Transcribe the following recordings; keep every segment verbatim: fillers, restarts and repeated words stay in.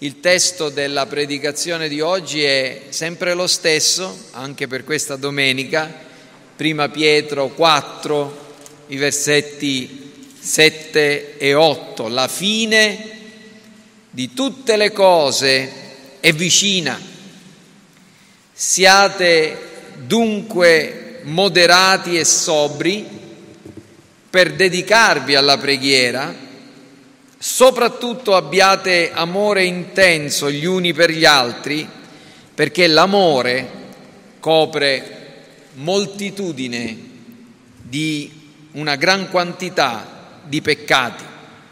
Il testo della predicazione di oggi è sempre lo stesso, anche per questa domenica, Prima Pietro quattro, i versetti sette e otto. La fine di tutte le cose è vicina. Siate dunque moderati e sobri per dedicarvi alla preghiera. Soprattutto abbiate amore intenso gli uni per gli altri, perché l'amore copre moltitudine di una gran quantità di peccati.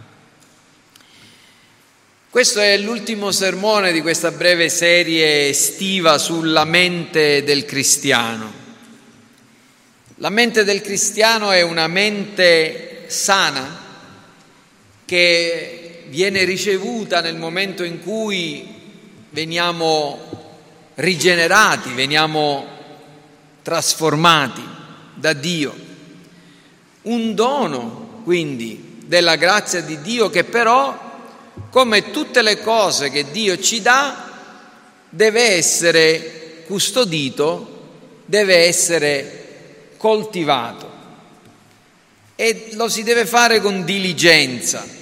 Questo è l'ultimo sermone di questa breve serie estiva sulla mente del cristiano. La mente del cristiano è una mente sana, che viene ricevuta nel momento in cui veniamo rigenerati, veniamo trasformati da Dio. Un dono, quindi, della grazia di Dio che però, come tutte le cose che Dio ci dà, deve essere custodito, deve essere coltivato e lo si deve fare con diligenza.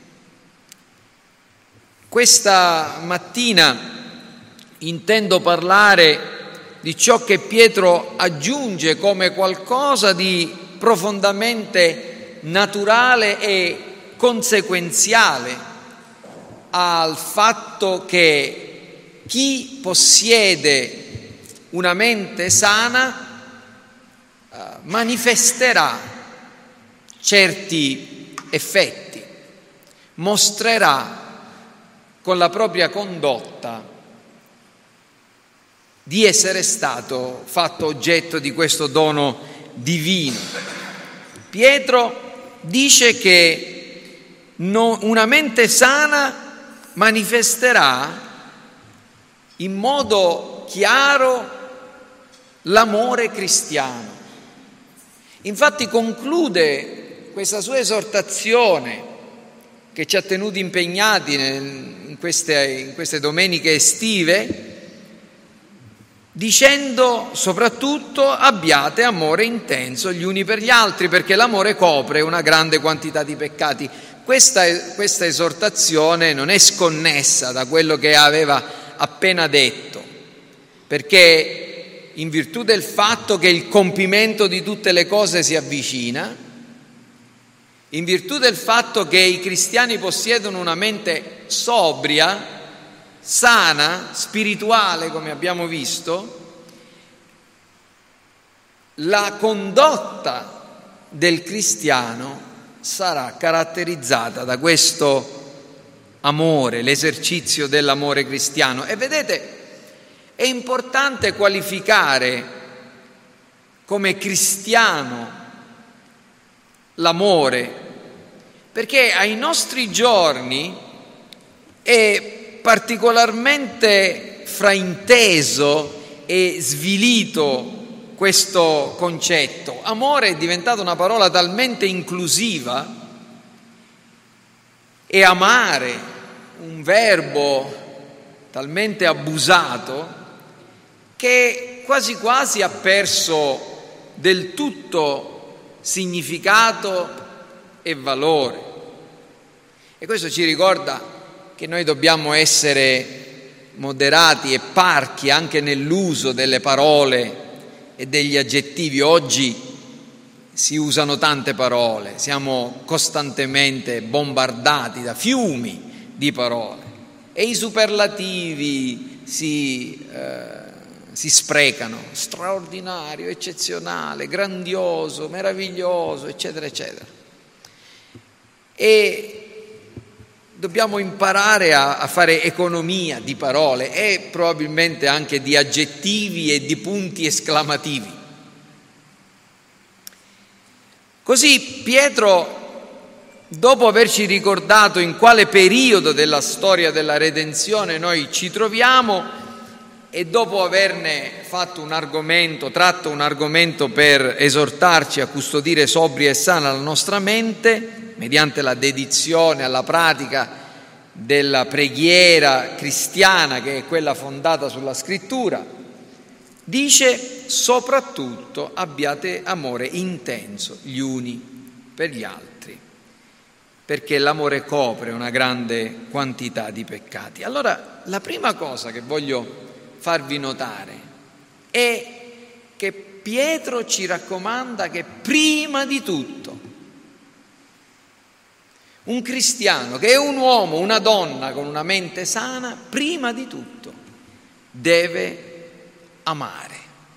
Questa mattina intendo parlare di ciò che Pietro aggiunge come qualcosa di profondamente naturale e conseguenziale al fatto che chi possiede una mente sana eh, manifesterà certi effetti, mostrerà con la propria condotta di essere stato fatto oggetto di questo dono divino. Pietro dice che no, una mente sana manifesterà in modo chiaro l'amore cristiano. Infatti conclude questa sua esortazione che ci ha tenuti impegnati in queste, in queste domeniche estive, dicendo soprattutto abbiate amore intenso gli uni per gli altri, perché l'amore copre una grande quantità di peccati. Questa, questa esortazione non è sconnessa da quello che aveva appena detto, perché in virtù del fatto che il compimento di tutte le cose si avvicina, in virtù del fatto che i cristiani possiedono una mente sobria, sana, spirituale, come abbiamo visto, la condotta del cristiano sarà caratterizzata da questo amore, l'esercizio dell'amore cristiano. E vedete, è importante qualificare come cristiano l'amore, perché ai nostri giorni è particolarmente frainteso e svilito questo concetto. Amore è diventata una parola talmente inclusiva e amare un verbo talmente abusato che quasi quasi ha perso del tutto significato e valore. E questo ci ricorda che noi dobbiamo essere moderati e parchi anche nell'uso delle parole e degli aggettivi. Oggi si usano tante parole, siamo costantemente bombardati da fiumi di parole e i superlativi si eh, si sprecano, straordinario, eccezionale, grandioso, meraviglioso, eccetera, eccetera. E dobbiamo imparare a, a fare economia di parole e probabilmente anche di aggettivi e di punti esclamativi. Così Pietro, dopo averci ricordato in quale periodo della storia della redenzione noi ci troviamo, e dopo averne fatto un argomento, tratto un argomento per esortarci a custodire sobria e sana la nostra mente, mediante la dedizione alla pratica della preghiera cristiana, che è quella fondata sulla Scrittura, dice: soprattutto abbiate amore intenso gli uni per gli altri, perché l'amore copre una grande quantità di peccati. Allora, la prima cosa che voglio farvi notare è che Pietro ci raccomanda che prima di tutto un cristiano, che è un uomo, una donna con una mente sana, prima di tutto deve amare.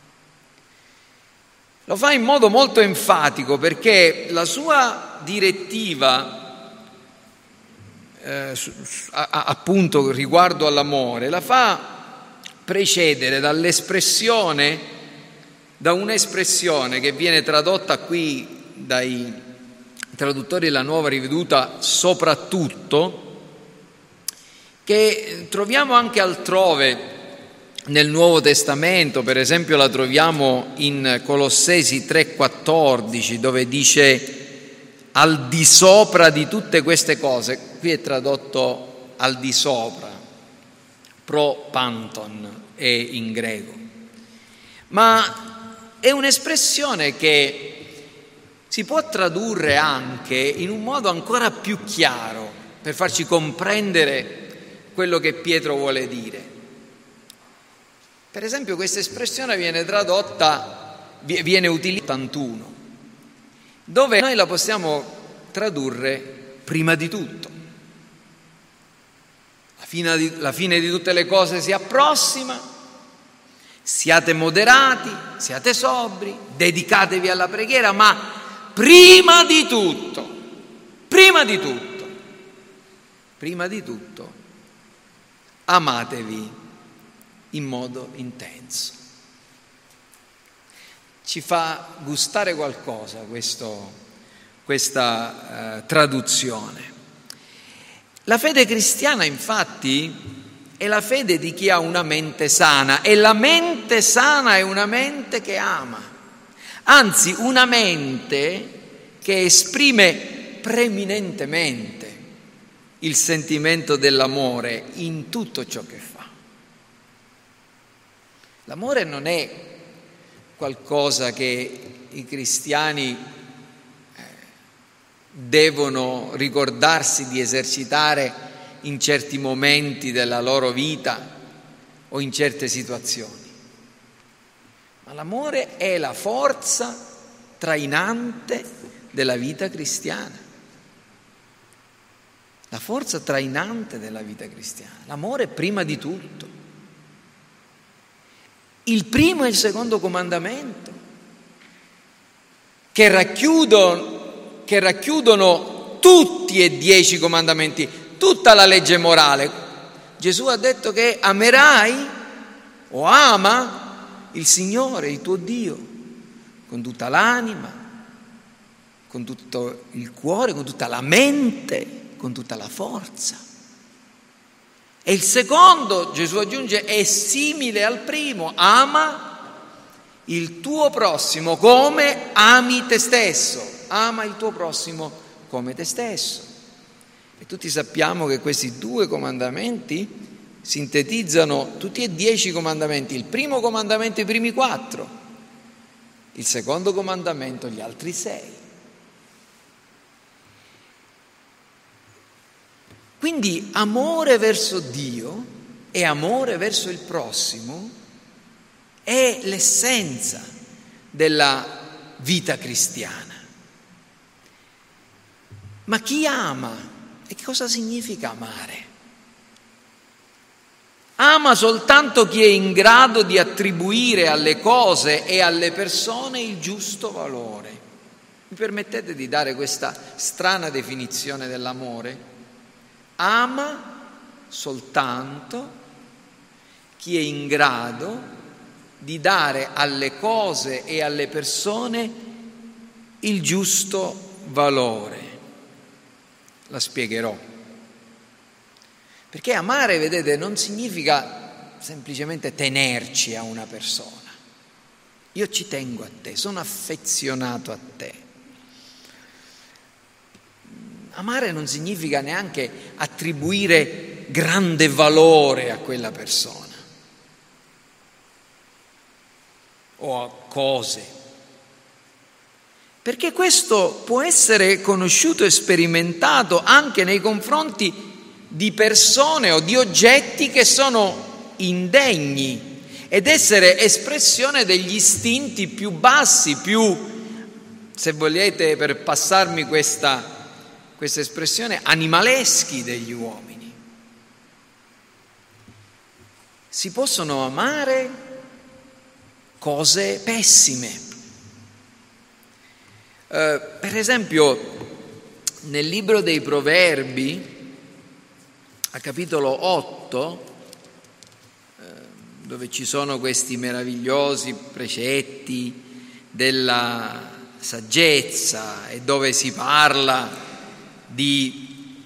Lo fa in modo molto enfatico, perché la sua direttiva eh, appunto riguardo all'amore la fa precedere dall'espressione, da un'espressione che viene tradotta qui dai traduttori della Nuova Riveduta soprattutto, che troviamo anche altrove nel Nuovo Testamento. Per esempio la troviamo in Colossesi tre quattordici, dove dice al di sopra di tutte queste cose. Qui è tradotto al di sopra, pro panton è in greco, ma è un'espressione che si può tradurre anche in un modo ancora più chiaro per farci comprendere quello che Pietro vuole dire. Per esempio questa espressione viene tradotta, viene utilizzata ottantuno, dove noi la possiamo tradurre prima di tutto. La fine di, la fine di tutte le cose si approssima, siate moderati, siate sobri, dedicatevi alla preghiera, ma prima di tutto, prima di tutto, prima di tutto, amatevi in modo intenso. Ci fa gustare qualcosa questo, questa eh, traduzione. La fede cristiana, infatti, è la fede di chi ha una mente sana, e la mente sana è una mente che ama. Anzi, una mente che esprime preminentemente il sentimento dell'amore in tutto ciò che fa. L'amore non è qualcosa che i cristiani devono ricordarsi di esercitare in certi momenti della loro vita o in certe situazioni. Ma l'amore è la forza trainante della vita cristiana. La forza trainante della vita cristiana. L'amore prima di tutto. Il primo e il secondo comandamento, che racchiudono, che racchiudono tutti e dieci comandamenti, tutta la legge morale. Gesù ha detto che amerai o ama il Signore, il tuo Dio, con tutta l'anima, con tutto il cuore, con tutta la mente, con tutta la forza. E il secondo, Gesù aggiunge, è simile al primo: ama il tuo prossimo come ami te stesso. Ama il tuo prossimo come te stesso. E tutti sappiamo che questi due comandamenti sintetizzano tutti e dieci comandamenti. Il primo comandamento i primi quattro, il secondo comandamento gli altri sei. Quindi amore verso Dio e amore verso il prossimo è l'essenza della vita cristiana. Ma chi ama? E che cosa significa amare? Ama soltanto chi è in grado di attribuire alle cose e alle persone il giusto valore. Mi permettete di dare questa strana definizione dell'amore? Ama soltanto chi è in grado di dare alle cose e alle persone il giusto valore. La spiegherò. Perché amare, vedete, non significa semplicemente tenerci a una persona. Io ci tengo a te, sono affezionato a te. amare non significa neanche attribuire grande valore a quella persona o a cose, perché questo può essere conosciuto e sperimentato anche nei confronti di persone o di oggetti che sono indegni ed essere espressione degli istinti più bassi, più, se volete, per passarmi questa, questa espressione, animaleschi degli uomini. Si possono amare cose pessime. Eh, per esempio, nel libro dei Proverbi, a capitolo otto, eh, dove ci sono questi meravigliosi precetti della saggezza e dove si parla di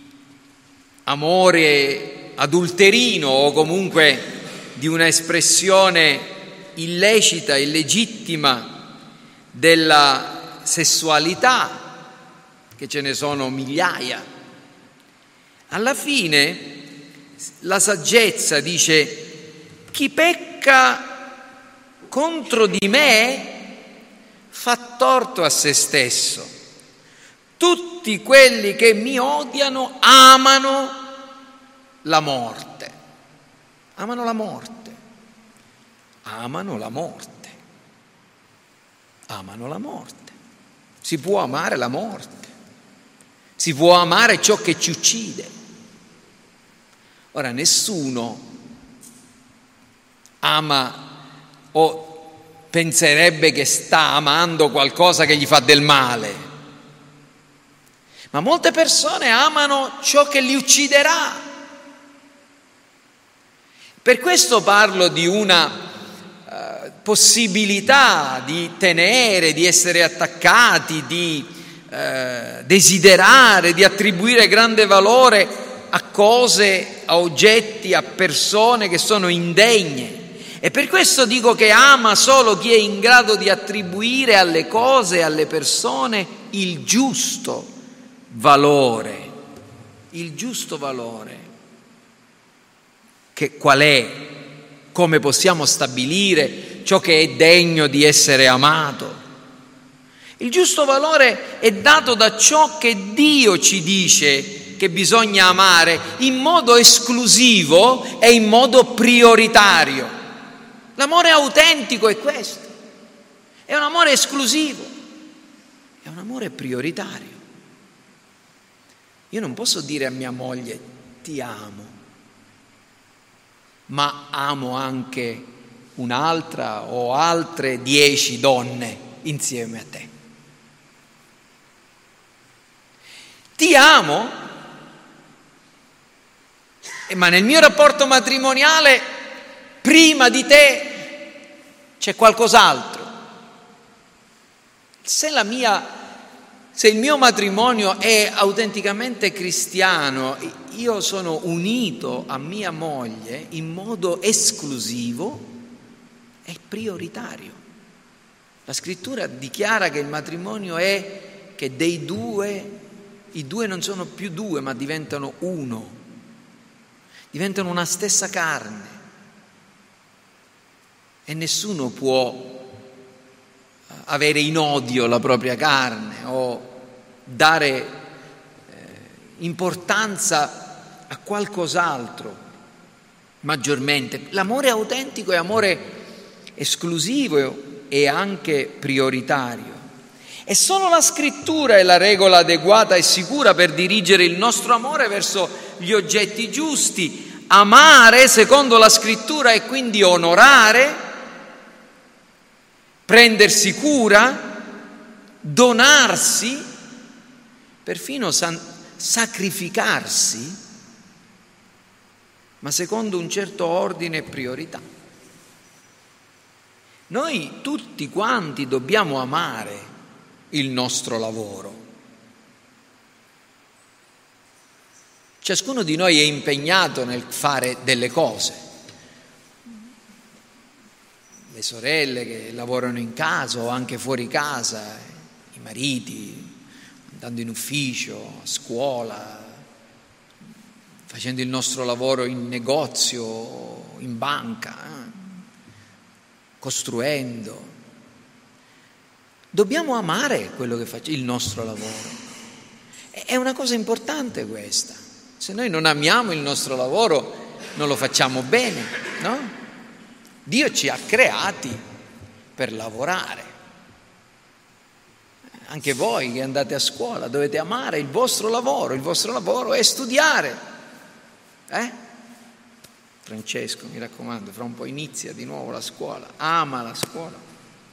amore adulterino o comunque di una espressione illecita, illegittima della sessualità, che ce ne sono migliaia. Alla fine la saggezza dice: chi pecca contro di me fa torto a se stesso. Tutti quelli che mi odiano amano la morte. Amano la morte. Amano la morte. Amano la morte. Si può amare la morte. Si può amare ciò che ci uccide. Ora, nessuno ama o penserebbe che sta amando qualcosa che gli fa del male, ma molte persone amano ciò che li ucciderà. Per questo parlo di una possibilità di tenere, di essere attaccati, di eh, desiderare, di attribuire grande valore a cose, a oggetti, a persone che sono indegne. E per questo dico che ama solo chi è in grado di attribuire alle cose e alle persone il giusto valore. Il giusto valore. Che qual è? Come possiamo stabilire ciò che è degno di essere amato? Il giusto valore è dato da ciò che Dio ci dice che bisogna amare in modo esclusivo e in modo prioritario. L'amore autentico è questo, è un amore esclusivo, è un amore prioritario. Io non posso dire a mia moglie ti amo, ma amo anche un'altra o altre dieci donne insieme a te. Ti amo, ma nel mio rapporto matrimoniale prima di te c'è qualcos'altro. Se la mia, se il mio matrimonio è autenticamente cristiano, io sono unito a mia moglie in modo esclusivo e prioritario. La scrittura dichiara che il matrimonio è che dei due, i due non sono più due, ma diventano uno, diventano una stessa carne. E nessuno può avere in odio la propria carne o dare eh, importanza a qualcos'altro maggiormente. L'amore autentico è amore esclusivo e anche prioritario. E solo la scrittura è la regola adeguata e sicura per dirigere il nostro amore verso gli oggetti giusti. Amare, secondo la scrittura, è quindi onorare, prendersi cura, donarsi, perfino san- sacrificarsi, ma secondo un certo ordine e priorità. Noi tutti quanti dobbiamo amare il nostro lavoro. Ciascuno di noi è impegnato nel fare delle cose. Le sorelle che lavorano in casa o anche fuori casa, i mariti, andando in ufficio, a scuola, facendo il nostro lavoro in negozio, in banca, eh? costruendo. Dobbiamo amare quello che facciamo, il nostro lavoro. È una cosa importante questa. Se noi non amiamo il nostro lavoro, non lo facciamo bene, no? Dio ci ha creati per lavorare. Anche voi che andate a scuola dovete amare il vostro lavoro. Il vostro lavoro è studiare. Eh? Francesco, mi raccomando, fra un po' inizia di nuovo la scuola. Ama la scuola.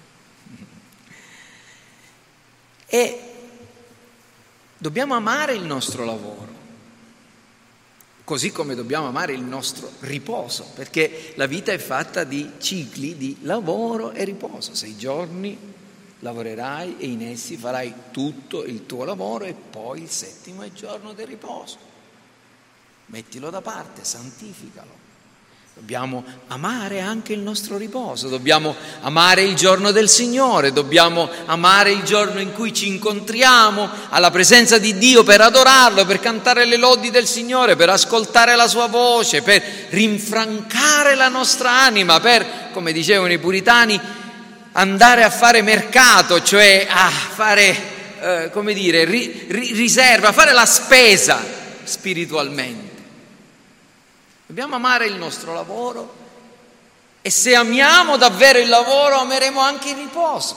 E dobbiamo amare il nostro lavoro, così come dobbiamo amare il nostro riposo, perché la vita è fatta di cicli di lavoro e riposo. Sei giorni lavorerai e in essi farai tutto il tuo lavoro e poi il settimo è il giorno del riposo. Mettilo da parte, santificalo. Dobbiamo amare anche il nostro riposo, dobbiamo amare il giorno del Signore, dobbiamo amare il giorno in cui ci incontriamo alla presenza di Dio per adorarlo, per cantare le lodi del Signore, per ascoltare la sua voce, per rinfrancare la nostra anima, per, come dicevano i puritani, andare a fare mercato, cioè a fare, eh, come dire, ri, ri, riserva, a fare la spesa spiritualmente. Dobbiamo amare il nostro lavoro e se amiamo davvero il lavoro ameremo anche il riposo.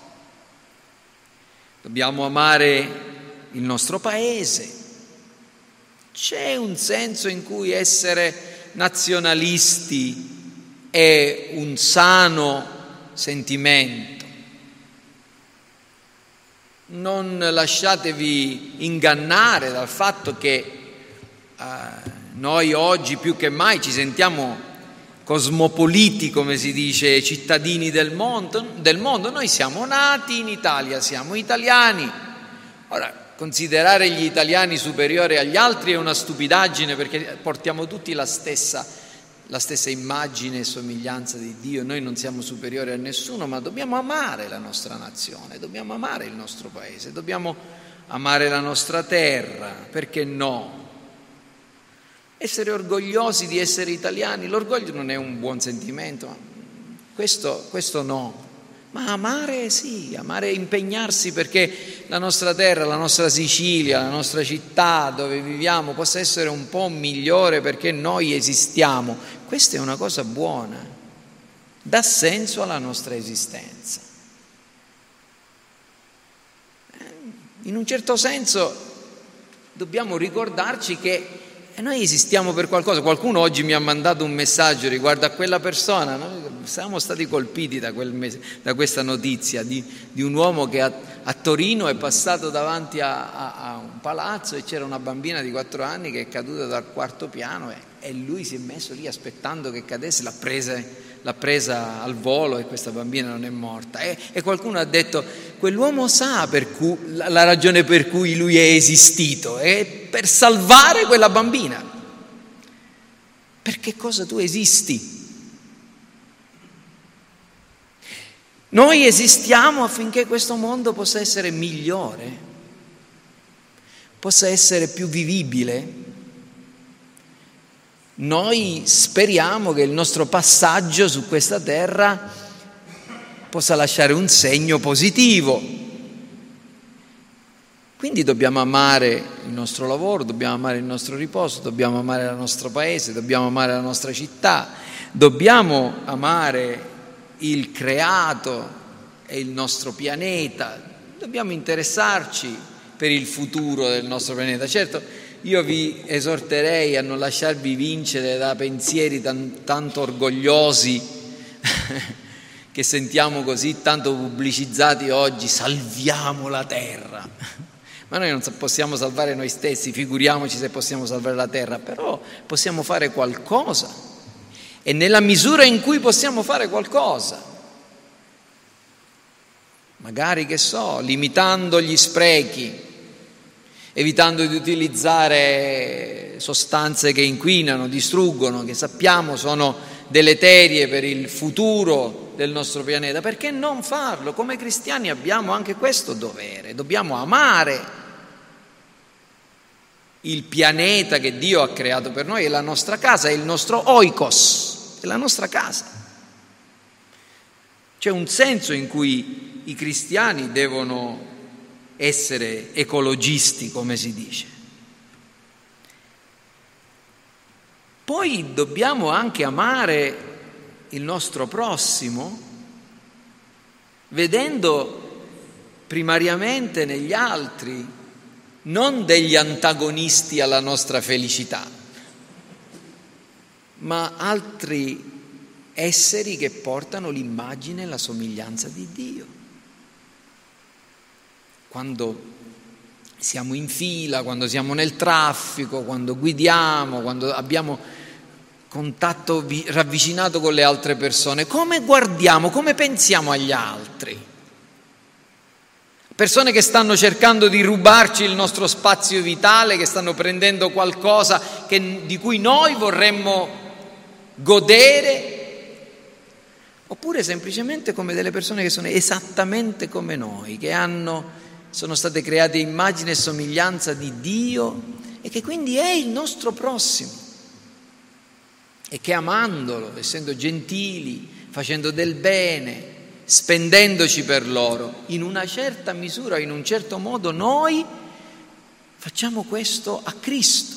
Dobbiamo amare il nostro paese. C'è un senso in cui essere nazionalisti è un sano sentimento. Non lasciatevi ingannare dal fatto che uh, noi oggi più che mai ci sentiamo cosmopoliti, come si dice, cittadini del mondo, del mondo. Noi siamo nati in Italia, siamo italiani. Ora, considerare gli italiani superiori agli altri è una stupidaggine, perché portiamo tutti la stessa, la stessa immagine e somiglianza di Dio. Noi non siamo superiori a nessuno, ma dobbiamo amare la nostra nazione, dobbiamo amare il nostro paese, dobbiamo amare la nostra terra, perché no? Essere orgogliosi di essere italiani, l'orgoglio non è un buon sentimento, questo, questo no, ma amare sì, amare e impegnarsi perché la nostra terra, la nostra Sicilia, la nostra città dove viviamo possa essere un po' migliore perché noi esistiamo. Questa è una cosa buona, dà senso alla nostra esistenza. In un certo senso dobbiamo ricordarci che E noi esistiamo per qualcosa. Qualcuno oggi mi ha mandato un messaggio riguardo a quella persona. Noi siamo stati colpiti da, quel mes- da questa notizia di, di un uomo che a, a Torino è passato davanti a, a, a un palazzo e c'era una bambina di quattro anni che è caduta dal quarto piano e, e lui si è messo lì aspettando che cadesse, l'ha presa, l'ha presa al volo e questa bambina non è morta. E, e qualcuno ha detto: quell'uomo sa per cui, la, la ragione per cui lui è esistito, è per salvare quella bambina. Per che cosa tu esisti? Noi esistiamo affinché questo mondo possa essere migliore, possa essere più vivibile. Noi speriamo che il nostro passaggio su questa terra possa lasciare un segno positivo. Quindi dobbiamo amare il nostro lavoro, dobbiamo amare il nostro riposo, dobbiamo amare il nostro paese, dobbiamo amare la nostra città, dobbiamo amare il creato e il nostro pianeta, dobbiamo interessarci per il futuro del nostro pianeta. Certo, io vi esorterei a non lasciarvi vincere da pensieri tan, tanto orgogliosi che sentiamo così tanto pubblicizzati oggi: salviamo la terra. Ma noi non possiamo salvare noi stessi, figuriamoci se possiamo salvare la terra, però possiamo fare qualcosa. E nella misura in cui possiamo fare qualcosa, magari, che so, limitando gli sprechi, evitando di utilizzare sostanze che inquinano, distruggono, che sappiamo sono deleterie per il futuro del nostro pianeta, perché non farlo? Come cristiani abbiamo anche questo dovere, dobbiamo amare il pianeta che Dio ha creato per noi, è la nostra casa, è il nostro oikos, è la nostra casa. C'è un senso in cui i cristiani devono essere ecologisti, come si dice. Poi dobbiamo anche amare il nostro prossimo, vedendo primariamente negli altri non degli antagonisti alla nostra felicità, ma altri esseri che portano l'immagine e la somiglianza di Dio. Quando siamo in fila, quando siamo nel traffico, quando guidiamo, quando abbiamo contatto ravvicinato con le altre persone, come guardiamo, come pensiamo agli altri? Persone che stanno cercando di rubarci il nostro spazio vitale, che stanno prendendo qualcosa che, di cui noi vorremmo godere, oppure semplicemente come delle persone che sono esattamente come noi, che hanno, sono state create immagine e somiglianza di Dio e che quindi è il nostro prossimo e che amandolo, essendo gentili, facendo del bene, spendendoci per loro, in una certa misura, in un certo modo, noi facciamo questo a Cristo.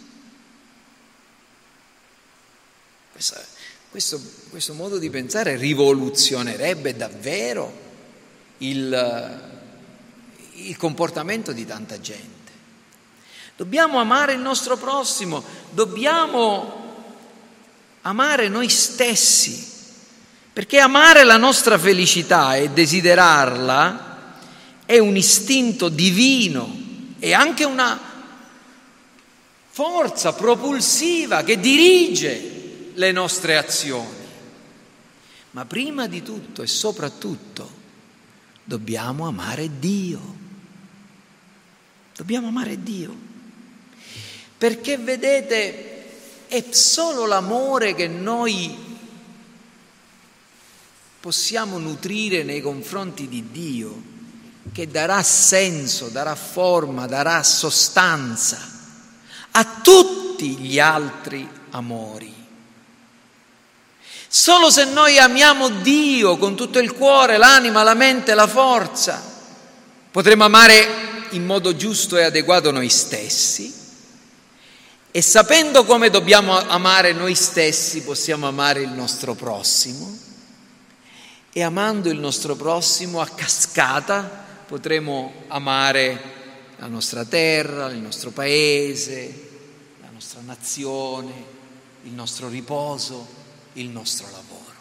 Questo, questo, questo modo di pensare rivoluzionerebbe davvero il, il comportamento di tanta gente. Dobbiamo amare il nostro prossimo, dobbiamo amare noi stessi. Perché amare la nostra felicità e desiderarla è un istinto divino e anche una forza propulsiva che dirige le nostre azioni. Ma prima di tutto e soprattutto dobbiamo amare Dio. Dobbiamo amare Dio. Perché vedete, è solo l'amore che noi possiamo nutrire nei confronti di Dio, che darà senso, darà forma, darà sostanza a tutti gli altri amori. Solo se noi amiamo Dio con tutto il cuore, l'anima, la mente, la forza, potremo amare in modo giusto e adeguato noi stessi, e sapendo come dobbiamo amare noi stessi possiamo amare il nostro prossimo. E amando il nostro prossimo a cascata potremo amare la nostra terra, il nostro paese, la nostra nazione, il nostro riposo, il nostro lavoro.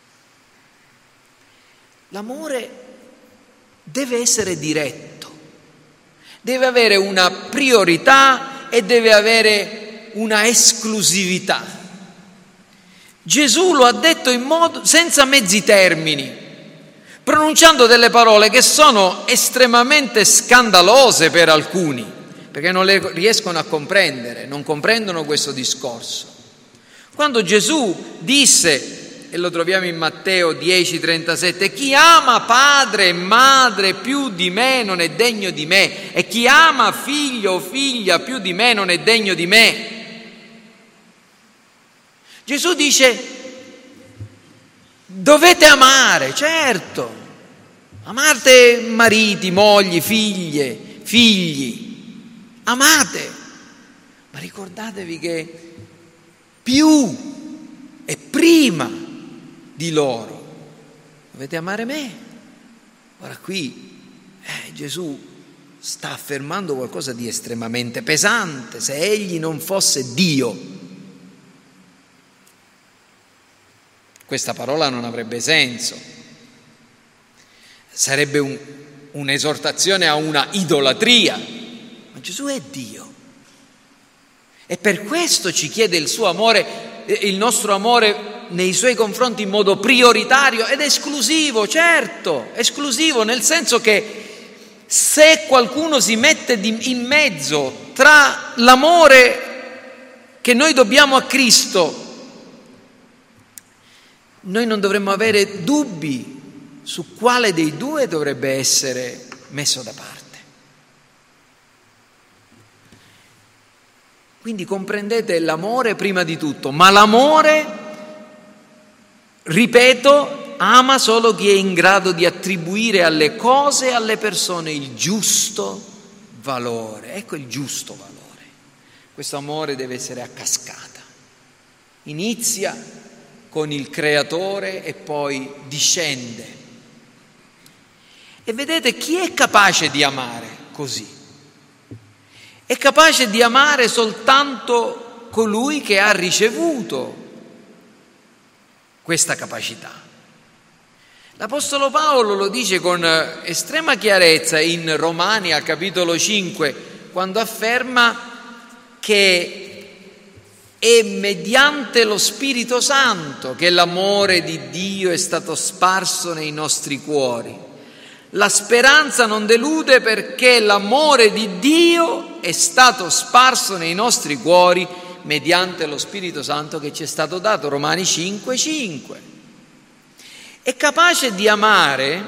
L'amore deve essere diretto, deve avere una priorità e deve avere una esclusività. Gesù lo ha detto in modo senza mezzi termini, pronunciando delle parole che sono estremamente scandalose per alcuni, perché non le riescono a comprendere, non comprendono questo discorso. Quando Gesù disse, e lo troviamo in Matteo dieci trentasette, chi ama padre e madre più di me non è degno di me, e chi ama figlio o figlia più di me non è degno di me. Gesù dice, dovete amare, certo, amate mariti, mogli, figlie, figli, amate, ma ricordatevi che più e prima di loro dovete amare me. Ora qui eh, Gesù sta affermando qualcosa di estremamente pesante. Se egli non fosse Dio, questa parola non avrebbe senso, sarebbe un, un'esortazione a una idolatria, ma Gesù è Dio e per questo ci chiede il suo amore, il nostro amore nei suoi confronti in modo prioritario ed esclusivo, certo, esclusivo nel senso che se qualcuno si mette in mezzo tra l'amore che noi dobbiamo a Cristo, noi non dovremmo avere dubbi su quale dei due dovrebbe essere messo da parte. Quindi comprendete l'amore prima di tutto, ma l'amore, ripeto, ama solo chi è in grado di attribuire alle cose e alle persone il giusto valore. Ecco il giusto valore. Questo amore deve essere a cascata. Inizia con il Creatore e poi discende. E vedete chi è capace di amare così? È capace di amare soltanto colui che ha ricevuto questa capacità. L'Apostolo Paolo lo dice con estrema chiarezza in Romani al capitolo cinque, quando afferma che è mediante lo Spirito Santo che l'amore di Dio è stato sparso nei nostri cuori. La speranza non delude perché l'amore di Dio è stato sparso nei nostri cuori mediante lo Spirito Santo che ci è stato dato. Romani cinque cinque. È capace di amare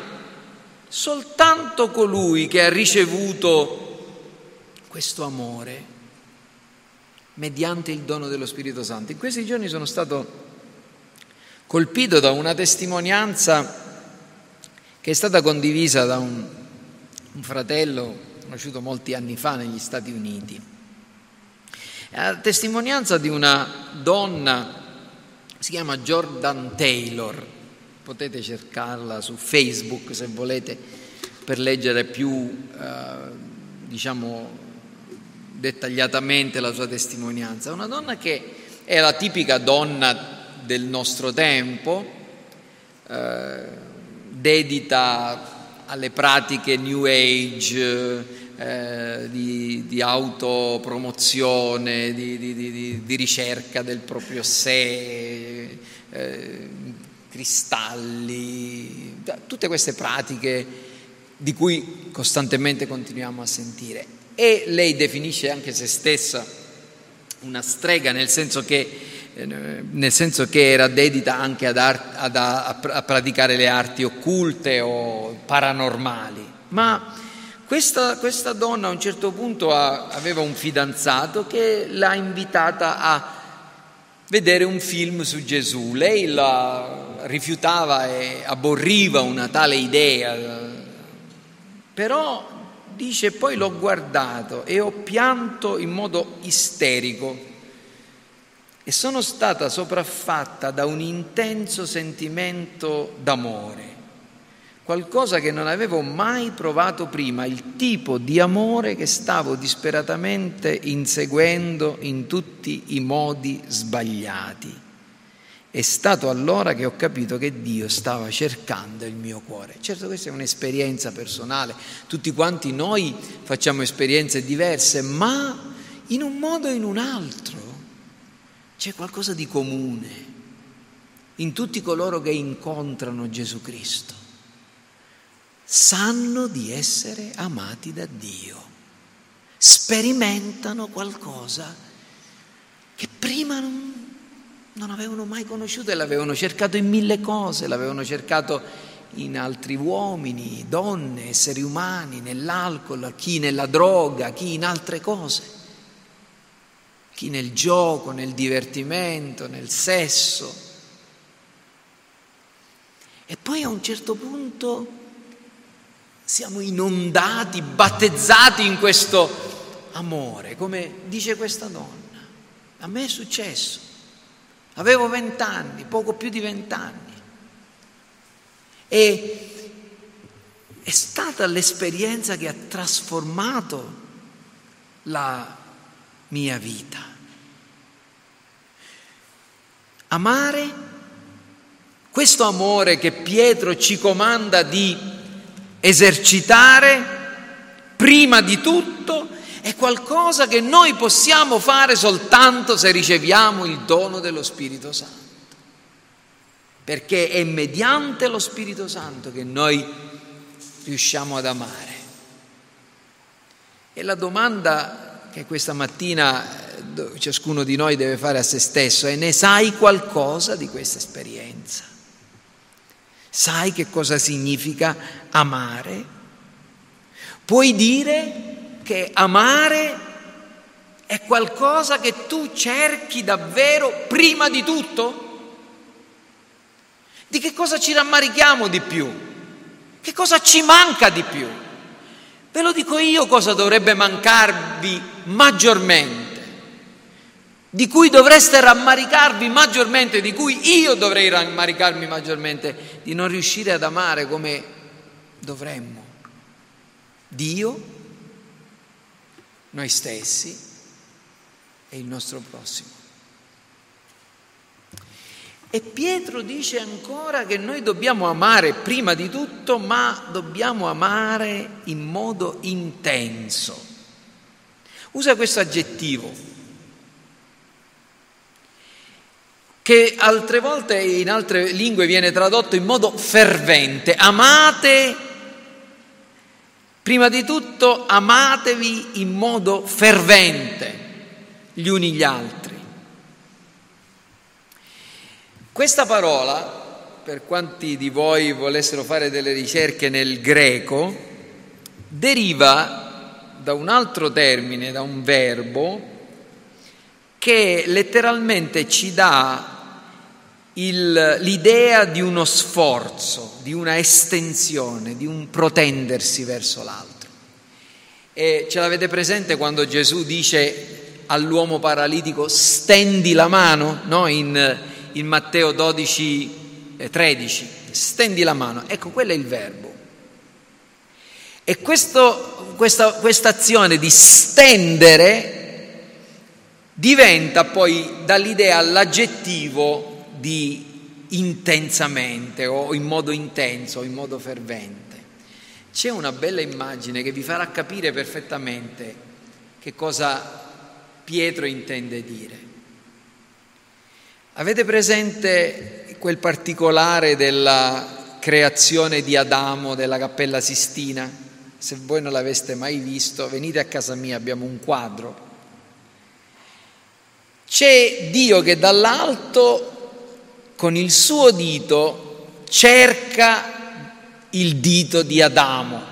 soltanto colui che ha ricevuto questo amore mediante il dono dello Spirito Santo. In questi giorni sono stato colpito da una testimonianza che è stata condivisa da un, un fratello conosciuto molti anni fa negli Stati Uniti. È la testimonianza di una donna, si chiama Jordan Taylor, potete cercarla su Facebook se volete per leggere più, eh, diciamo, dettagliatamente la sua testimonianza. Una donna che è la tipica donna del nostro tempo, eh, dedita alle pratiche New Age, eh, di, di autopromozione, di, di, di, di ricerca del proprio sé, eh, cristalli, tutte queste pratiche di cui costantemente continuiamo a sentire. E lei definisce anche se stessa una strega, nel senso che nel senso che era dedita anche ad art, ad, a, a praticare le arti occulte o paranormali. Ma questa, questa donna a un certo punto ha, aveva un fidanzato che l'ha invitata a vedere un film su Gesù. Lei la rifiutava e aborriva una tale idea, però dice: poi l'ho guardato e ho pianto in modo isterico e sono stata sopraffatta da un intenso sentimento d'amore, qualcosa che non avevo mai provato prima, il tipo di amore che stavo disperatamente inseguendo in tutti i modi sbagliati. È stato allora che ho capito che Dio stava cercando il mio cuore. Certo, questa è un'esperienza personale, tutti quanti noi facciamo esperienze diverse, ma in un modo o in un altro c'è qualcosa di comune in tutti coloro che incontrano Gesù Cristo. Sanno di essere amati da Dio, sperimentano qualcosa che prima non, non avevano mai conosciuto e l'avevano cercato in mille cose, l'avevano cercato in altri uomini, donne, esseri umani, nell'alcol, chi nella droga, chi in altre cose. Chi nel gioco, nel divertimento, nel sesso. E poi a un certo punto siamo inondati, battezzati in questo amore, come dice questa donna. A me è successo. Avevo vent'anni, poco più di vent'anni. E è stata l'esperienza che ha trasformato la mia vita. Amare, questo amore che Pietro ci comanda di esercitare, prima di tutto, è qualcosa che noi possiamo fare soltanto se riceviamo il dono dello Spirito Santo. Perché è mediante lo Spirito Santo che noi riusciamo ad amare. E la domanda che questa mattina ciascuno di noi deve fare a se stesso è: ne sai qualcosa di questa esperienza? Sai che cosa significa amare? Puoi dire che amare È qualcosa che tu cerchi davvero prima di tutto? Di che cosa ci rammarichiamo di più? Che cosa ci manca di più? Ve lo dico io cosa dovrebbe mancarvi maggiormente, di cui dovreste rammaricarvi maggiormente, di cui io dovrei rammaricarmi maggiormente, di non riuscire ad amare come dovremmo Dio, noi stessi e il nostro prossimo. E Pietro dice ancora che noi dobbiamo amare prima di tutto, ma dobbiamo amare in modo intenso. Usa questo aggettivo, che altre volte in altre lingue viene tradotto in modo fervente. Amate, prima di tutto amatevi in modo fervente gli uni gli altri. Questa parola, per quanti di voi volessero fare delle ricerche nel greco, deriva da un altro termine, da un verbo che letteralmente ci dà il, l'idea di uno sforzo, di una estensione, di un protendersi verso l'altro. E ce l'avete presente quando Gesù dice all'uomo paralitico stendi la mano, no? In, in Matteo dodici tredici, stendi la mano. Ecco, quello è il verbo. E questo, questa azione di stendere diventa poi dall'idea l'aggettivo di intensamente o in modo intenso o in modo fervente. C'è una bella immagine che vi farà capire perfettamente che cosa Pietro intende dire. Avete presente quel particolare della creazione di Adamo della Cappella Sistina? Se voi non l'aveste mai visto, venite a casa mia, abbiamo un quadro. C'è Dio che dall'alto con il suo dito cerca il dito di Adamo.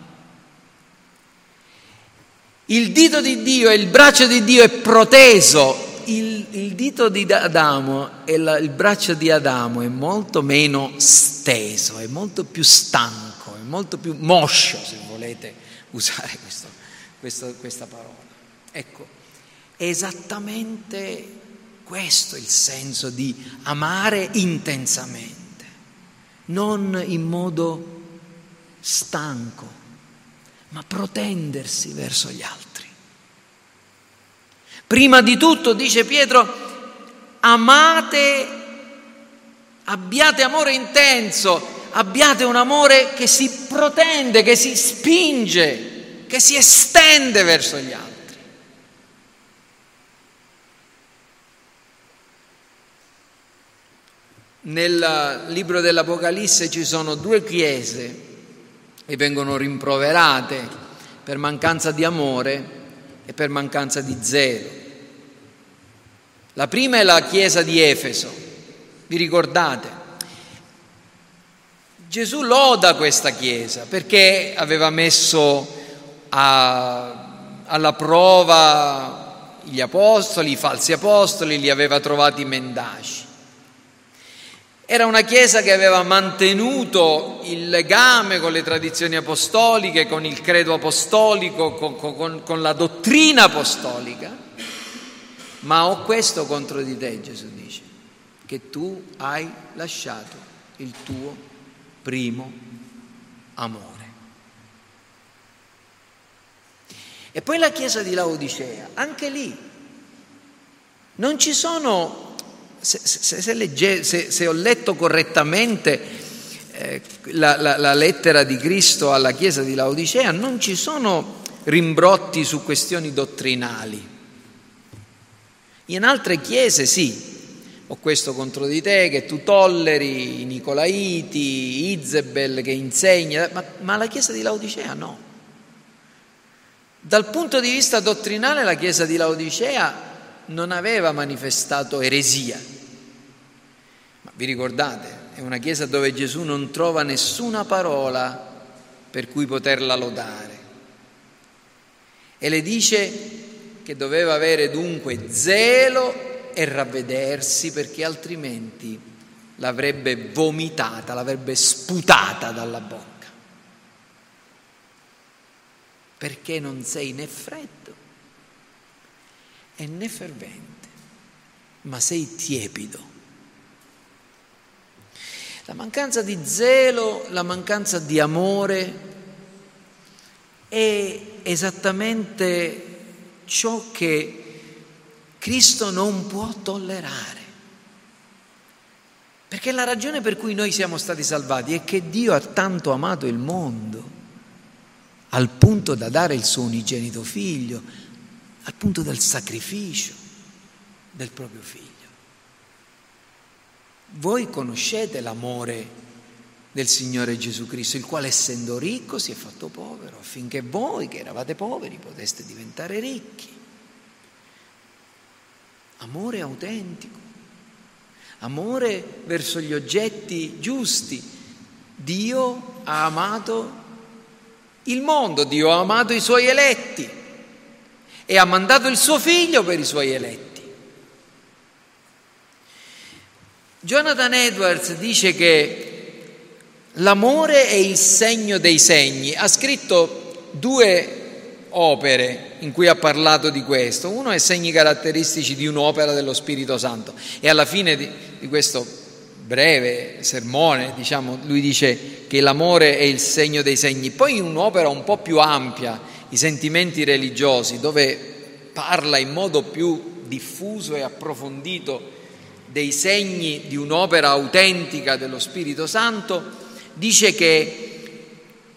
Il dito di Dio e il braccio di Dio è proteso. Il, il dito di Adamo e la, il braccio di Adamo è molto meno steso, è molto più stanco, è molto più moscio, se volete usare questo, questo, questa parola. Ecco, è esattamente questo il senso di amare intensamente, non in modo stanco, ma protendersi verso gli altri. Prima di tutto, dice Pietro, amate, abbiate amore intenso, abbiate un amore che si protende, che si spinge, che si estende verso gli altri. Nel libro dell'Apocalisse ci sono due chiese e vengono rimproverate per mancanza di amore e per mancanza di zelo. La prima è la chiesa di Efeso, vi ricordate? Gesù loda questa chiesa perché aveva messo a, alla prova gli apostoli, i falsi apostoli, li aveva trovati mendaci. Era una chiesa che aveva mantenuto il legame con le tradizioni apostoliche, con il credo apostolico, con, con, con la dottrina apostolica. Ma ho questo contro di te, Gesù dice, che tu hai lasciato il tuo primo amore. E poi la chiesa di Laodicea, anche lì non ci sono... Se, se, se, legge, se, se ho letto correttamente eh, la, la, la lettera di Cristo alla chiesa di Laodicea, non ci sono rimbrotti su questioni dottrinali. In altre chiese sì, ho questo contro di te, che tu tolleri i Nicolaiti, Izebel che insegna, ma, ma la chiesa di Laodicea no. Dal punto di vista dottrinale la chiesa di Laodicea non aveva manifestato eresia. Ma vi ricordate? È una chiesa dove Gesù non trova nessuna parola per cui poterla lodare. E le dice che doveva avere dunque zelo e ravvedersi, perché altrimenti l'avrebbe vomitata, l'avrebbe sputata dalla bocca. Perché non sei né freddo e né fervente, ma sei tiepido. La mancanza di zelo, la mancanza di amore è esattamente ciò che Cristo non può tollerare. Perché la ragione per cui noi siamo stati salvati è che Dio ha tanto amato il mondo, al punto da dare il suo unigenito figlio, al punto del sacrificio del proprio figlio. Voi conoscete l'amore del Signore Gesù Cristo, il quale essendo ricco si è fatto povero, affinché voi che eravate poveri poteste diventare ricchi. Amore autentico, amore verso gli oggetti giusti. Dio ha amato il mondo, Dio ha amato i suoi eletti e ha mandato il suo figlio per i suoi eletti. Jonathan Edwards dice che l'amore è il segno dei segni. Ha scritto due opere in cui ha parlato di questo. Uno è Segni caratteristici di un'opera dello Spirito Santo, e alla fine di, di questo breve sermone, diciamo, lui dice che l'amore è il segno dei segni. Poi in un'opera un po' più ampia, I sentimenti religiosi, dove parla in modo più diffuso e approfondito dei segni di un'opera autentica dello Spirito Santo, dice che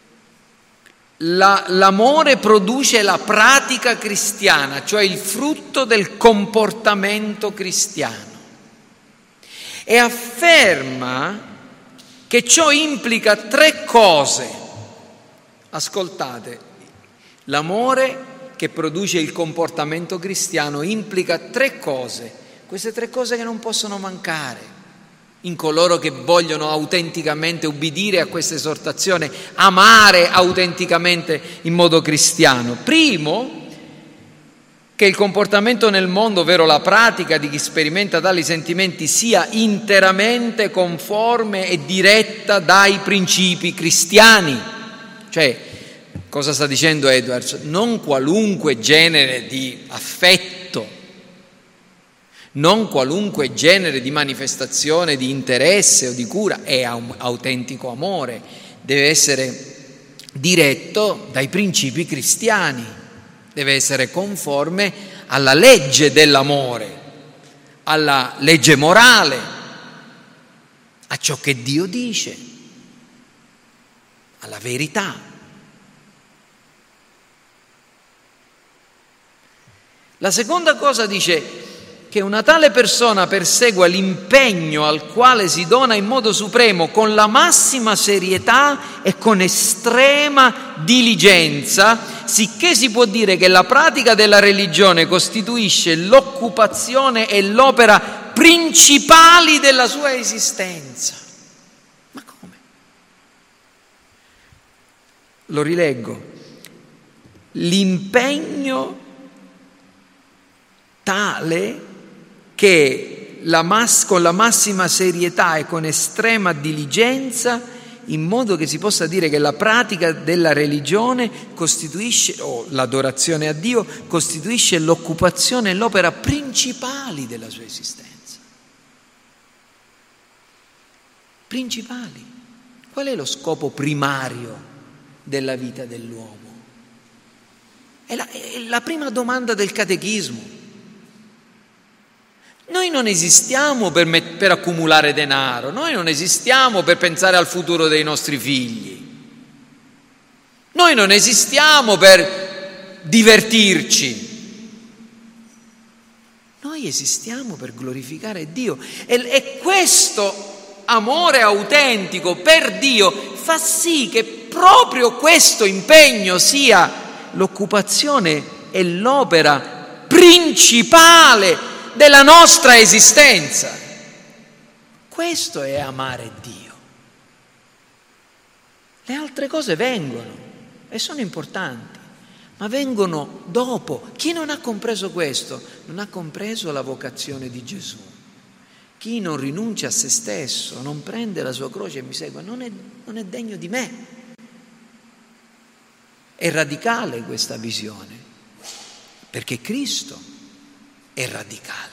la, l'amore produce la pratica cristiana, cioè il frutto del comportamento cristiano, e afferma che ciò implica tre cose. Ascoltate, l'amore che produce il comportamento cristiano implica tre cose. Queste tre cose che non possono mancare in coloro che vogliono autenticamente ubbidire a questa esortazione, amare autenticamente in modo cristiano. Primo, che il comportamento nel mondo, ovvero la pratica di chi sperimenta tali sentimenti, sia interamente conforme e diretta dai principi cristiani. Cioè, cosa sta dicendo Edwards? Non qualunque genere di affetto, non qualunque genere di manifestazione di interesse o di cura è autentico amore, deve essere diretto dai principi cristiani, deve essere conforme alla legge dell'amore, alla legge morale, a ciò che Dio dice, alla verità. La seconda cosa dice che una tale persona persegua l'impegno al quale si dona in modo supremo con la massima serietà e con estrema diligenza, sicché si può dire che la pratica della religione costituisce l'occupazione e l'opera principali della sua esistenza. Ma come? Lo rileggo. L'impegno tale che la mas- con la massima serietà e con estrema diligenza, in modo che si possa dire che la pratica della religione costituisce, o l'adorazione a Dio, costituisce l'occupazione e l'opera principali della sua esistenza. Principali. Qual è lo scopo primario della vita dell'uomo? È la, è la prima domanda del catechismo. Noi non esistiamo per, met- per accumulare denaro, noi non esistiamo per pensare al futuro dei nostri figli, noi non esistiamo per divertirci, noi esistiamo per glorificare Dio. E, e questo amore autentico per Dio fa sì che proprio questo impegno sia l'occupazione e l'opera principale della nostra esistenza. Questo è amare Dio. Le altre cose vengono e sono importanti, ma vengono dopo. Chi non ha compreso questo non ha compreso la vocazione di Gesù. Chi non rinuncia a se stesso, non prende la sua croce e mi segue, non è, non è degno di me. È radicale questa visione, perché Cristo è radicale.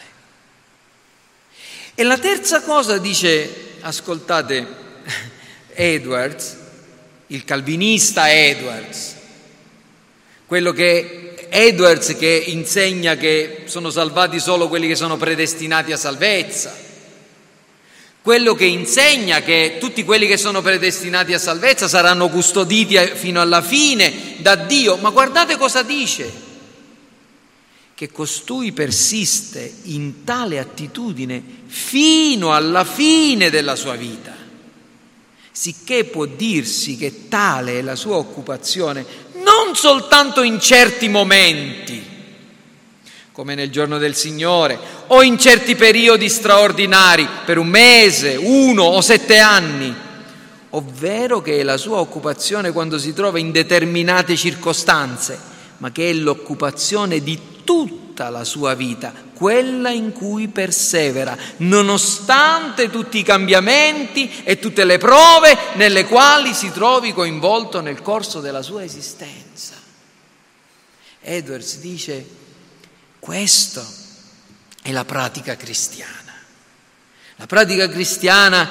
E la terza cosa dice, ascoltate, Edwards, il calvinista Edwards, quello che Edwards che insegna che sono salvati solo quelli che sono predestinati a salvezza, quello che insegna che tutti quelli che sono predestinati a salvezza saranno custoditi fino alla fine da Dio. Ma guardate cosa dice: che costui persiste in tale attitudine fino alla fine della sua vita, sicché può dirsi che tale è la sua occupazione non soltanto in certi momenti, come nel giorno del Signore, o in certi periodi straordinari, per un mese, uno o sette anni, ovvero che è la sua occupazione quando si trova in determinate circostanze, ma che è l'occupazione di tutta la sua vita, quella in cui persevera, nonostante tutti i cambiamenti e tutte le prove nelle quali si trovi coinvolto nel corso della sua esistenza. Edwards dice: questa è la pratica cristiana. La pratica cristiana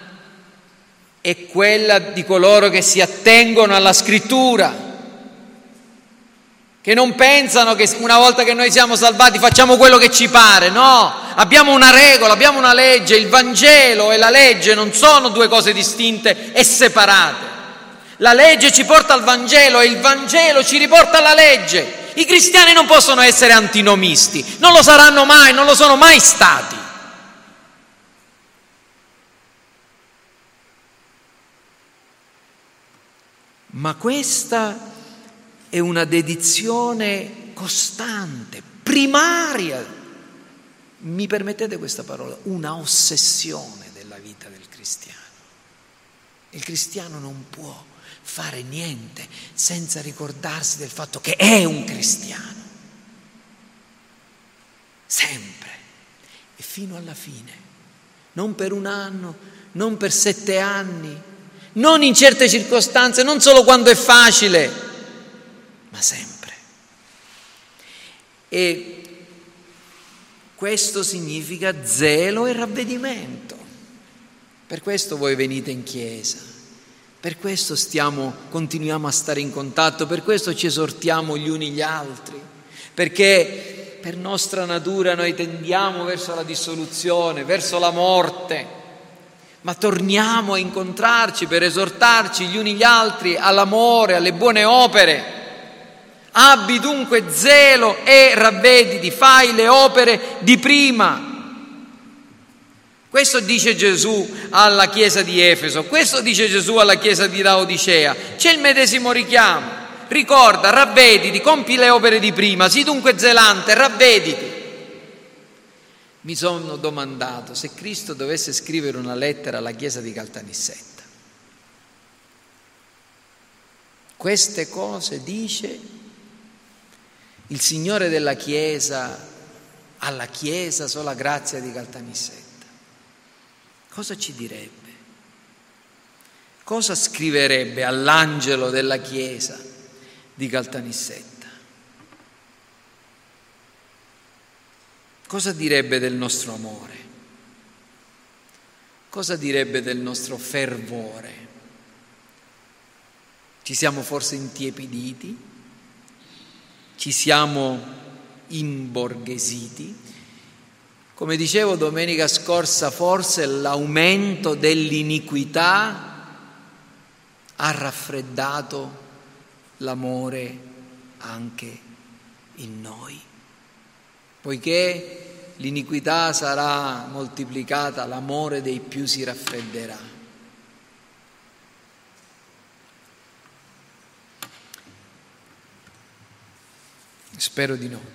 è quella di coloro che si attengono alla Scrittura, che non pensano che una volta che noi siamo salvati facciamo quello che ci pare. No, abbiamo una regola, abbiamo una legge. Il Vangelo e la legge non sono due cose distinte e separate. La legge ci porta al Vangelo e il Vangelo ci riporta alla legge. I cristiani non possono essere antinomisti, non lo saranno mai, non lo sono mai stati. Ma questa è una dedizione costante, primaria, mi permettete questa parola, una ossessione della vita del cristiano. Il cristiano non può fare niente senza ricordarsi del fatto che è un cristiano, sempre e fino alla fine, non per un anno, non per sette anni, non in certe circostanze, non solo quando è facile, ma sempre. E questo significa zelo e ravvedimento. Per questo voi venite in chiesa. Per questo stiamo, continuiamo a stare in contatto, per questo ci esortiamo gli uni gli altri, perché per nostra natura noi tendiamo verso la dissoluzione, verso la morte, ma torniamo a incontrarci per esortarci gli uni gli altri all'amore, alle buone opere. Abbi dunque zelo e ravvediti, fai le opere di prima. Questo dice Gesù alla chiesa di Efeso, questo dice Gesù alla chiesa di Laodicea. C'è il medesimo richiamo. Ricorda, ravvediti, compi le opere di prima, sii dunque zelante, ravvediti. Mi sono domandato se Cristo dovesse scrivere una lettera alla chiesa di Caltanissetta. Queste cose dice il Signore della chiesa alla chiesa sola grazia di Caltanissetta. Cosa ci direbbe? Cosa scriverebbe all'angelo della chiesa di Caltanissetta? Cosa direbbe del nostro amore? Cosa direbbe del nostro fervore? Ci siamo forse intiepiditi? Ci siamo imborghesiti? Come dicevo domenica scorsa, forse l'aumento dell'iniquità ha raffreddato l'amore anche in noi. Poiché l'iniquità sarà moltiplicata, l'amore dei più si raffredderà. Spero di no.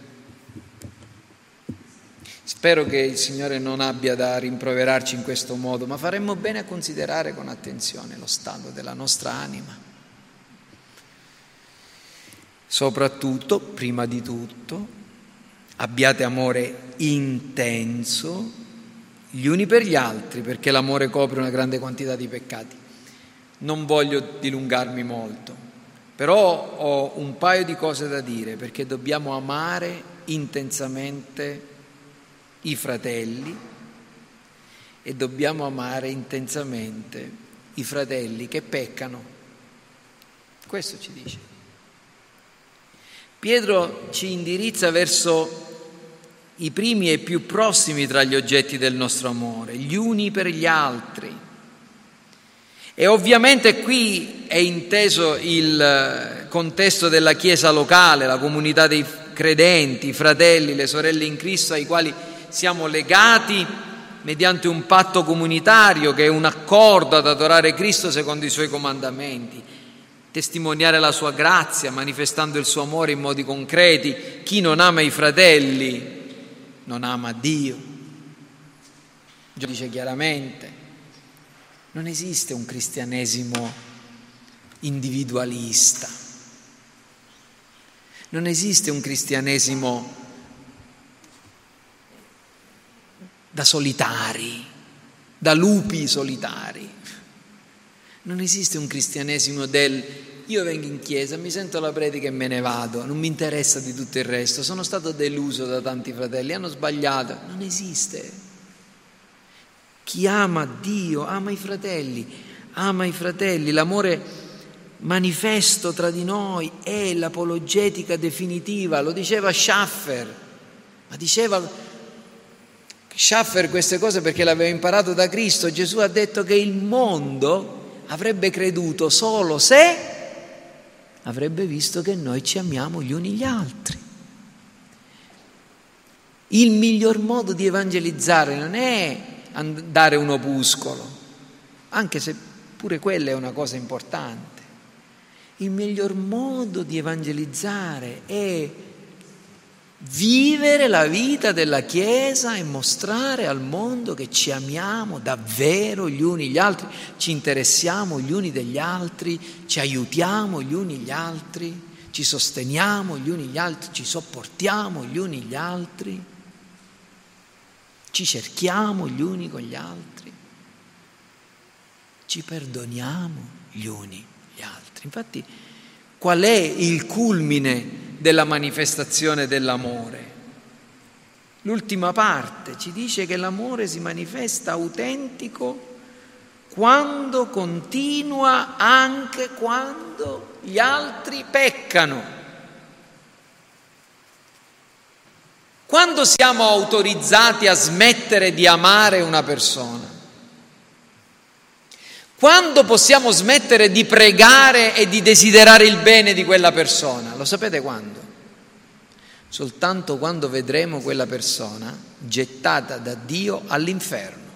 Spero che il Signore non abbia da rimproverarci in questo modo, ma faremmo bene a considerare con attenzione lo stato della nostra anima. Soprattutto, prima di tutto, abbiate amore intenso gli uni per gli altri, perché l'amore copre una grande quantità di peccati. Non voglio dilungarmi molto, però ho un paio di cose da dire, perché dobbiamo amare intensamente i fratelli e dobbiamo amare intensamente i fratelli che peccano. Questo ci dice. Pietro ci indirizza verso i primi e più prossimi tra gli oggetti del nostro amore, gli uni per gli altri. E ovviamente qui è inteso il contesto della Chiesa locale, la comunità dei credenti, i fratelli, le sorelle in Cristo ai quali siamo legati mediante un patto comunitario che è un accordo ad adorare Cristo secondo i Suoi comandamenti, testimoniare la Sua grazia, manifestando il Suo amore in modi concreti. Chi non ama i fratelli non ama Dio. Gesù dice chiaramente, non esiste un cristianesimo individualista, non esiste un cristianesimo da solitari, da lupi solitari. Non esiste un cristianesimo del io vengo in chiesa, mi sento la predica e me ne vado, non mi interessa di tutto il resto, sono stato deluso da tanti fratelli, hanno sbagliato. Non esiste. Chi ama Dio ama i fratelli, ama i fratelli. L'amore manifesto tra di noi è l'apologetica definitiva, lo diceva Schaffer, ma diceva Schaffer queste cose perché l'aveva imparato da Cristo. Gesù ha detto che il mondo avrebbe creduto solo se avrebbe visto che noi ci amiamo gli uni gli altri. Il miglior modo di evangelizzare non è dare un opuscolo, anche se pure quella è una cosa importante. Il miglior modo di evangelizzare è vivere la vita della Chiesa e mostrare al mondo che ci amiamo davvero gli uni gli altri, ci interessiamo gli uni degli altri, ci aiutiamo gli uni gli altri, ci sosteniamo gli uni gli altri, ci sopportiamo gli uni gli altri, ci cerchiamo gli uni con gli altri, ci perdoniamo gli uni gli altri. Infatti, qual è il culmine della manifestazione dell'amore? L'ultima parte ci dice che l'amore si manifesta autentico quando continua anche quando gli altri peccano. Quando siamo autorizzati a smettere di amare una persona? Quando possiamo smettere di pregare e di desiderare il bene di quella persona? Lo sapete quando? Soltanto quando vedremo quella persona gettata da Dio all'inferno.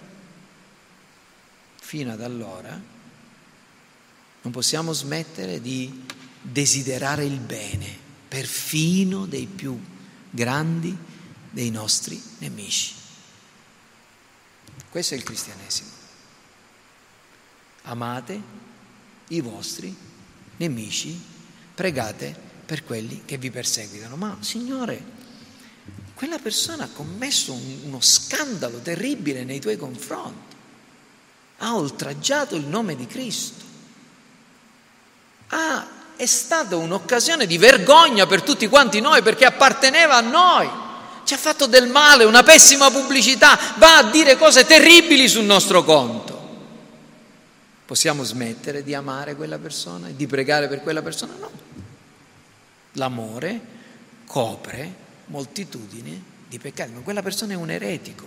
Fino ad allora non possiamo smettere di desiderare il bene, perfino dei più grandi dei nostri nemici. Questo è il cristianesimo. Amate i vostri nemici, pregate per quelli che vi perseguitano. Ma Signore, quella persona ha commesso un, uno scandalo terribile nei tuoi confronti, ha oltraggiato il nome di Cristo, ah, è stata un'occasione di vergogna per tutti quanti noi perché apparteneva a noi, ci ha fatto del male, una pessima pubblicità, va a dire cose terribili sul nostro conto. Possiamo smettere di amare quella persona e di pregare per quella persona? No. L'amore copre moltitudini di peccati, ma quella persona è un eretico.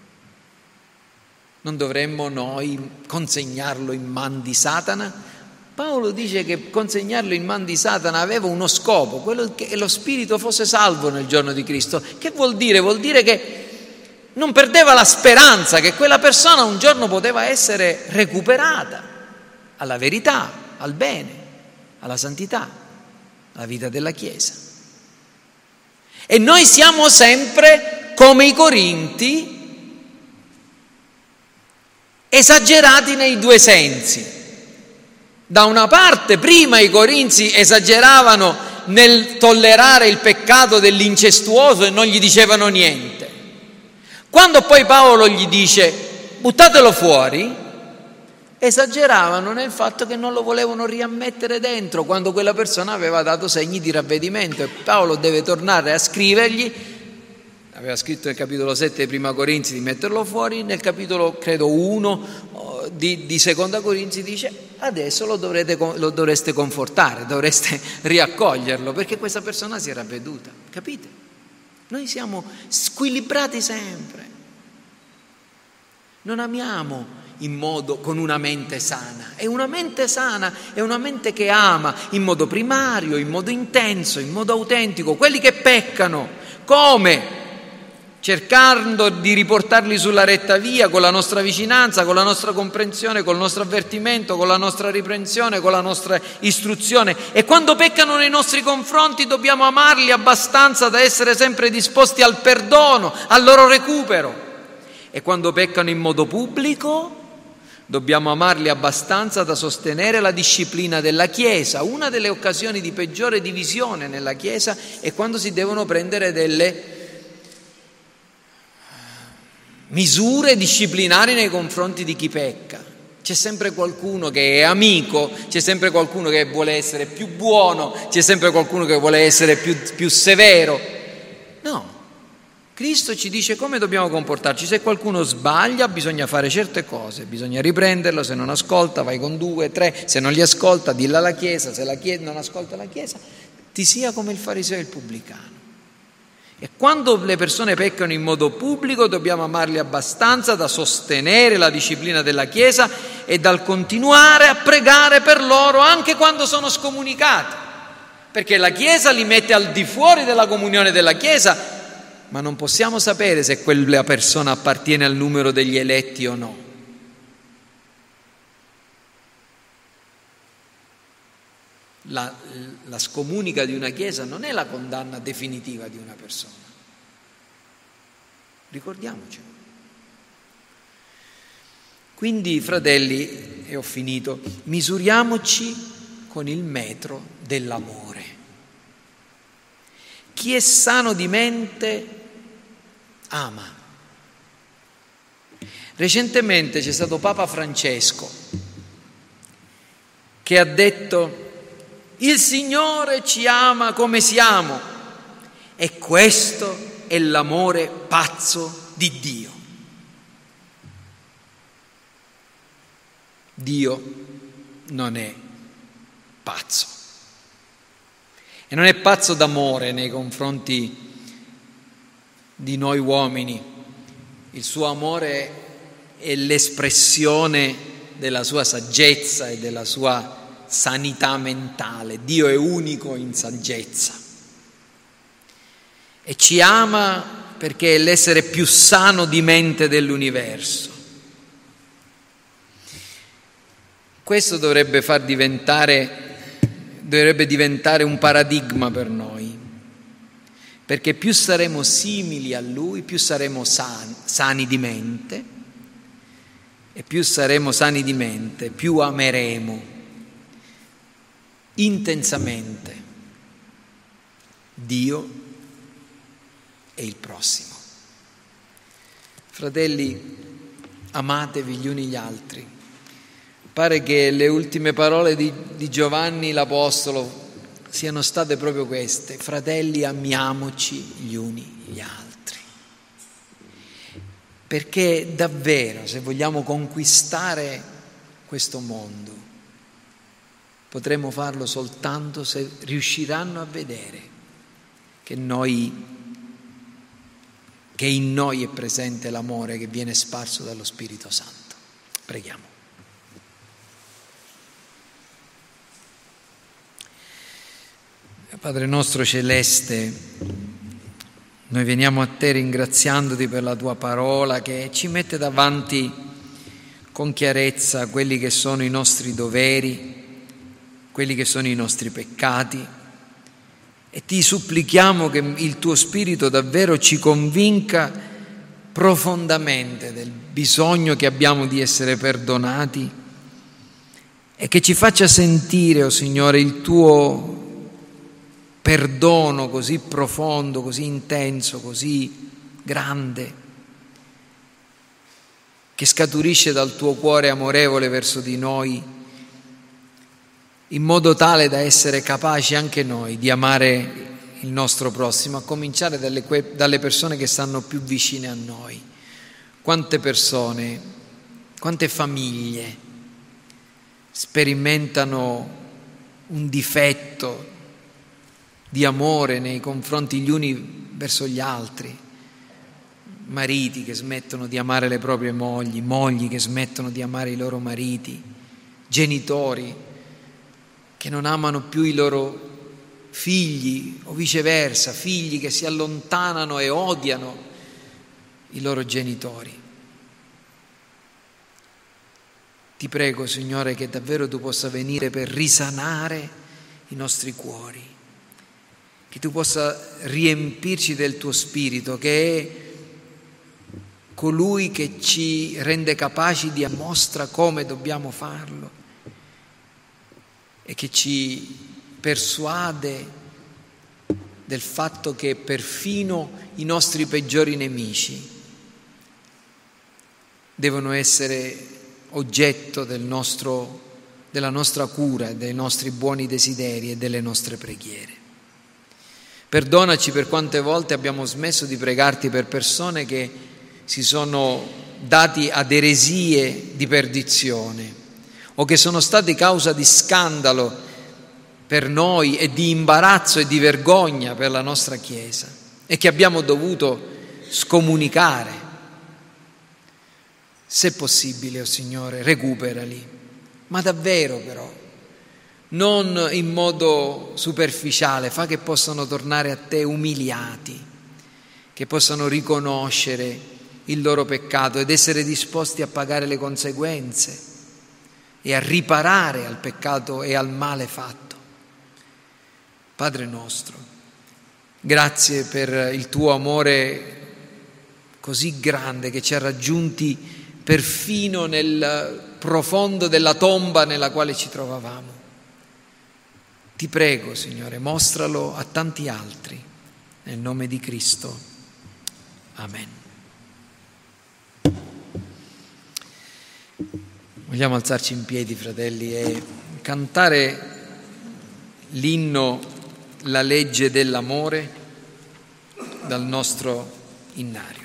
Non dovremmo noi consegnarlo in man di Satana? Paolo dice che consegnarlo in man di Satana aveva uno scopo, quello che lo spirito fosse salvo nel giorno di Cristo. Che vuol dire? Vuol dire che non perdeva la speranza che quella persona un giorno poteva essere recuperata alla verità, al bene, alla santità, alla vita della Chiesa. E noi siamo sempre come i Corinti, esagerati nei due sensi. Da una parte, prima i Corinzi esageravano nel tollerare il peccato dell'incestuoso e non gli dicevano niente. Quando poi Paolo gli dice buttatelo fuori, esageravano nel fatto che non lo volevano riammettere dentro quando quella persona aveva dato segni di ravvedimento, e Paolo deve tornare a scrivergli. Aveva scritto nel capitolo sette di Prima Corinzi di metterlo fuori, nel capitolo credo uno di, di Seconda Corinzi dice adesso lo, dovrete, lo dovreste confortare, dovreste riaccoglierlo, perché questa persona si è ravveduta. Capite? Noi siamo squilibrati sempre, non amiamo in modo, con una mente sana. E una mente sana è una mente che ama in modo primario, in modo intenso, in modo autentico quelli che peccano. Come? Cercando di riportarli sulla retta via con la nostra vicinanza, con la nostra comprensione, col nostro avvertimento, con la nostra riprensione, con la nostra istruzione. E quando peccano nei nostri confronti dobbiamo amarli abbastanza da essere sempre disposti al perdono, al loro recupero. E quando peccano in modo pubblico dobbiamo amarli abbastanza da sostenere la disciplina della Chiesa. Una delle occasioni di peggiore divisione nella Chiesa è quando si devono prendere delle misure disciplinari nei confronti di chi pecca. C'è sempre qualcuno che è amico, c'è sempre qualcuno che vuole essere più buono, c'è sempre qualcuno che vuole essere più, più severo. No. Cristo ci dice come dobbiamo comportarci. Se qualcuno sbaglia bisogna fare certe cose, bisogna riprenderlo, se non ascolta vai con due, tre, se non li ascolta dilla alla Chiesa, se la Chiesa non ascolta la Chiesa ti sia come il fariseo e il pubblicano. E quando le persone peccano in modo pubblico dobbiamo amarli abbastanza da sostenere la disciplina della Chiesa e dal continuare a pregare per loro anche quando sono scomunicati, perché la Chiesa li mette al di fuori della comunione della Chiesa, ma non possiamo sapere se quella persona appartiene al numero degli eletti o no. La, la scomunica di una Chiesa non è la condanna definitiva di una persona. Ricordiamocelo. Quindi, fratelli, e ho finito, misuriamoci con il metro dell'amore. Chi è sano di mente ama. Recentemente c'è stato Papa Francesco che ha detto: il Signore ci ama come siamo, e questo è l'amore pazzo di Dio. Dio non è pazzo. E non è pazzo d'amore nei confronti di noi uomini. Il suo amore è l'espressione della sua saggezza e della sua sanità mentale. Dio è unico in saggezza. E ci ama perché è l'essere più sano di mente dell'universo. Questo dovrebbe far diventare dovrebbe diventare un paradigma per noi, perché più saremo simili a Lui, più saremo sani, sani di mente, e più saremo sani di mente, più ameremo intensamente Dio e il prossimo. Fratelli, amatevi gli uni gli altri. Pare che le ultime parole di, di Giovanni l'Apostolo siano state proprio queste: fratelli, amiamoci gli uni gli altri. Perché davvero, se vogliamo conquistare questo mondo, potremo farlo soltanto se riusciranno a vedere che noi, che in noi è presente l'amore che viene sparso dallo Spirito Santo. Preghiamo. Padre nostro celeste, noi veniamo a te ringraziandoti per la tua parola che ci mette davanti con chiarezza quelli che sono i nostri doveri, quelli che sono i nostri peccati, e ti supplichiamo che il tuo Spirito davvero ci convinca profondamente del bisogno che abbiamo di essere perdonati e che ci faccia sentire, o oh Signore, il tuo perdono così profondo, così intenso, così grande, che scaturisce dal tuo cuore amorevole verso di noi, in modo tale da essere capaci anche noi di amare il nostro prossimo, a cominciare dalle, dalle persone che stanno più vicine a noi. Quante persone, quante famiglie sperimentano un difetto di amore nei confronti gli uni verso gli altri, mariti che smettono di amare le proprie mogli, mogli che smettono di amare i loro mariti, genitori che non amano più i loro figli o viceversa, figli che si allontanano e odiano i loro genitori. Ti prego, Signore, che davvero Tu possa venire per risanare i nostri cuori, che Tu possa riempirci del Tuo Spirito, che è colui che ci rende capaci di mostra come dobbiamo farlo e che ci persuade del fatto che perfino i nostri peggiori nemici devono essere oggetto del nostro, della nostra cura, dei nostri buoni desideri e delle nostre preghiere. Perdonaci per quante volte abbiamo smesso di pregarti per persone che si sono dati ad eresie di perdizione o che sono stati causa di scandalo per noi e di imbarazzo e di vergogna per la nostra Chiesa e che abbiamo dovuto scomunicare. Se possibile, o oh Signore, recuperali, ma davvero però, non in modo superficiale, fa che possano tornare a Te umiliati, che possano riconoscere il loro peccato ed essere disposti a pagare le conseguenze e a riparare al peccato e al male fatto. Padre nostro, grazie per il Tuo amore così grande che ci ha raggiunti perfino nel profondo della tomba nella quale ci trovavamo. Ti prego, Signore, mostralo a tanti altri, nel nome di Cristo. Amen. Vogliamo alzarci in piedi, fratelli, e cantare l'inno La legge dell'amore dal nostro innario.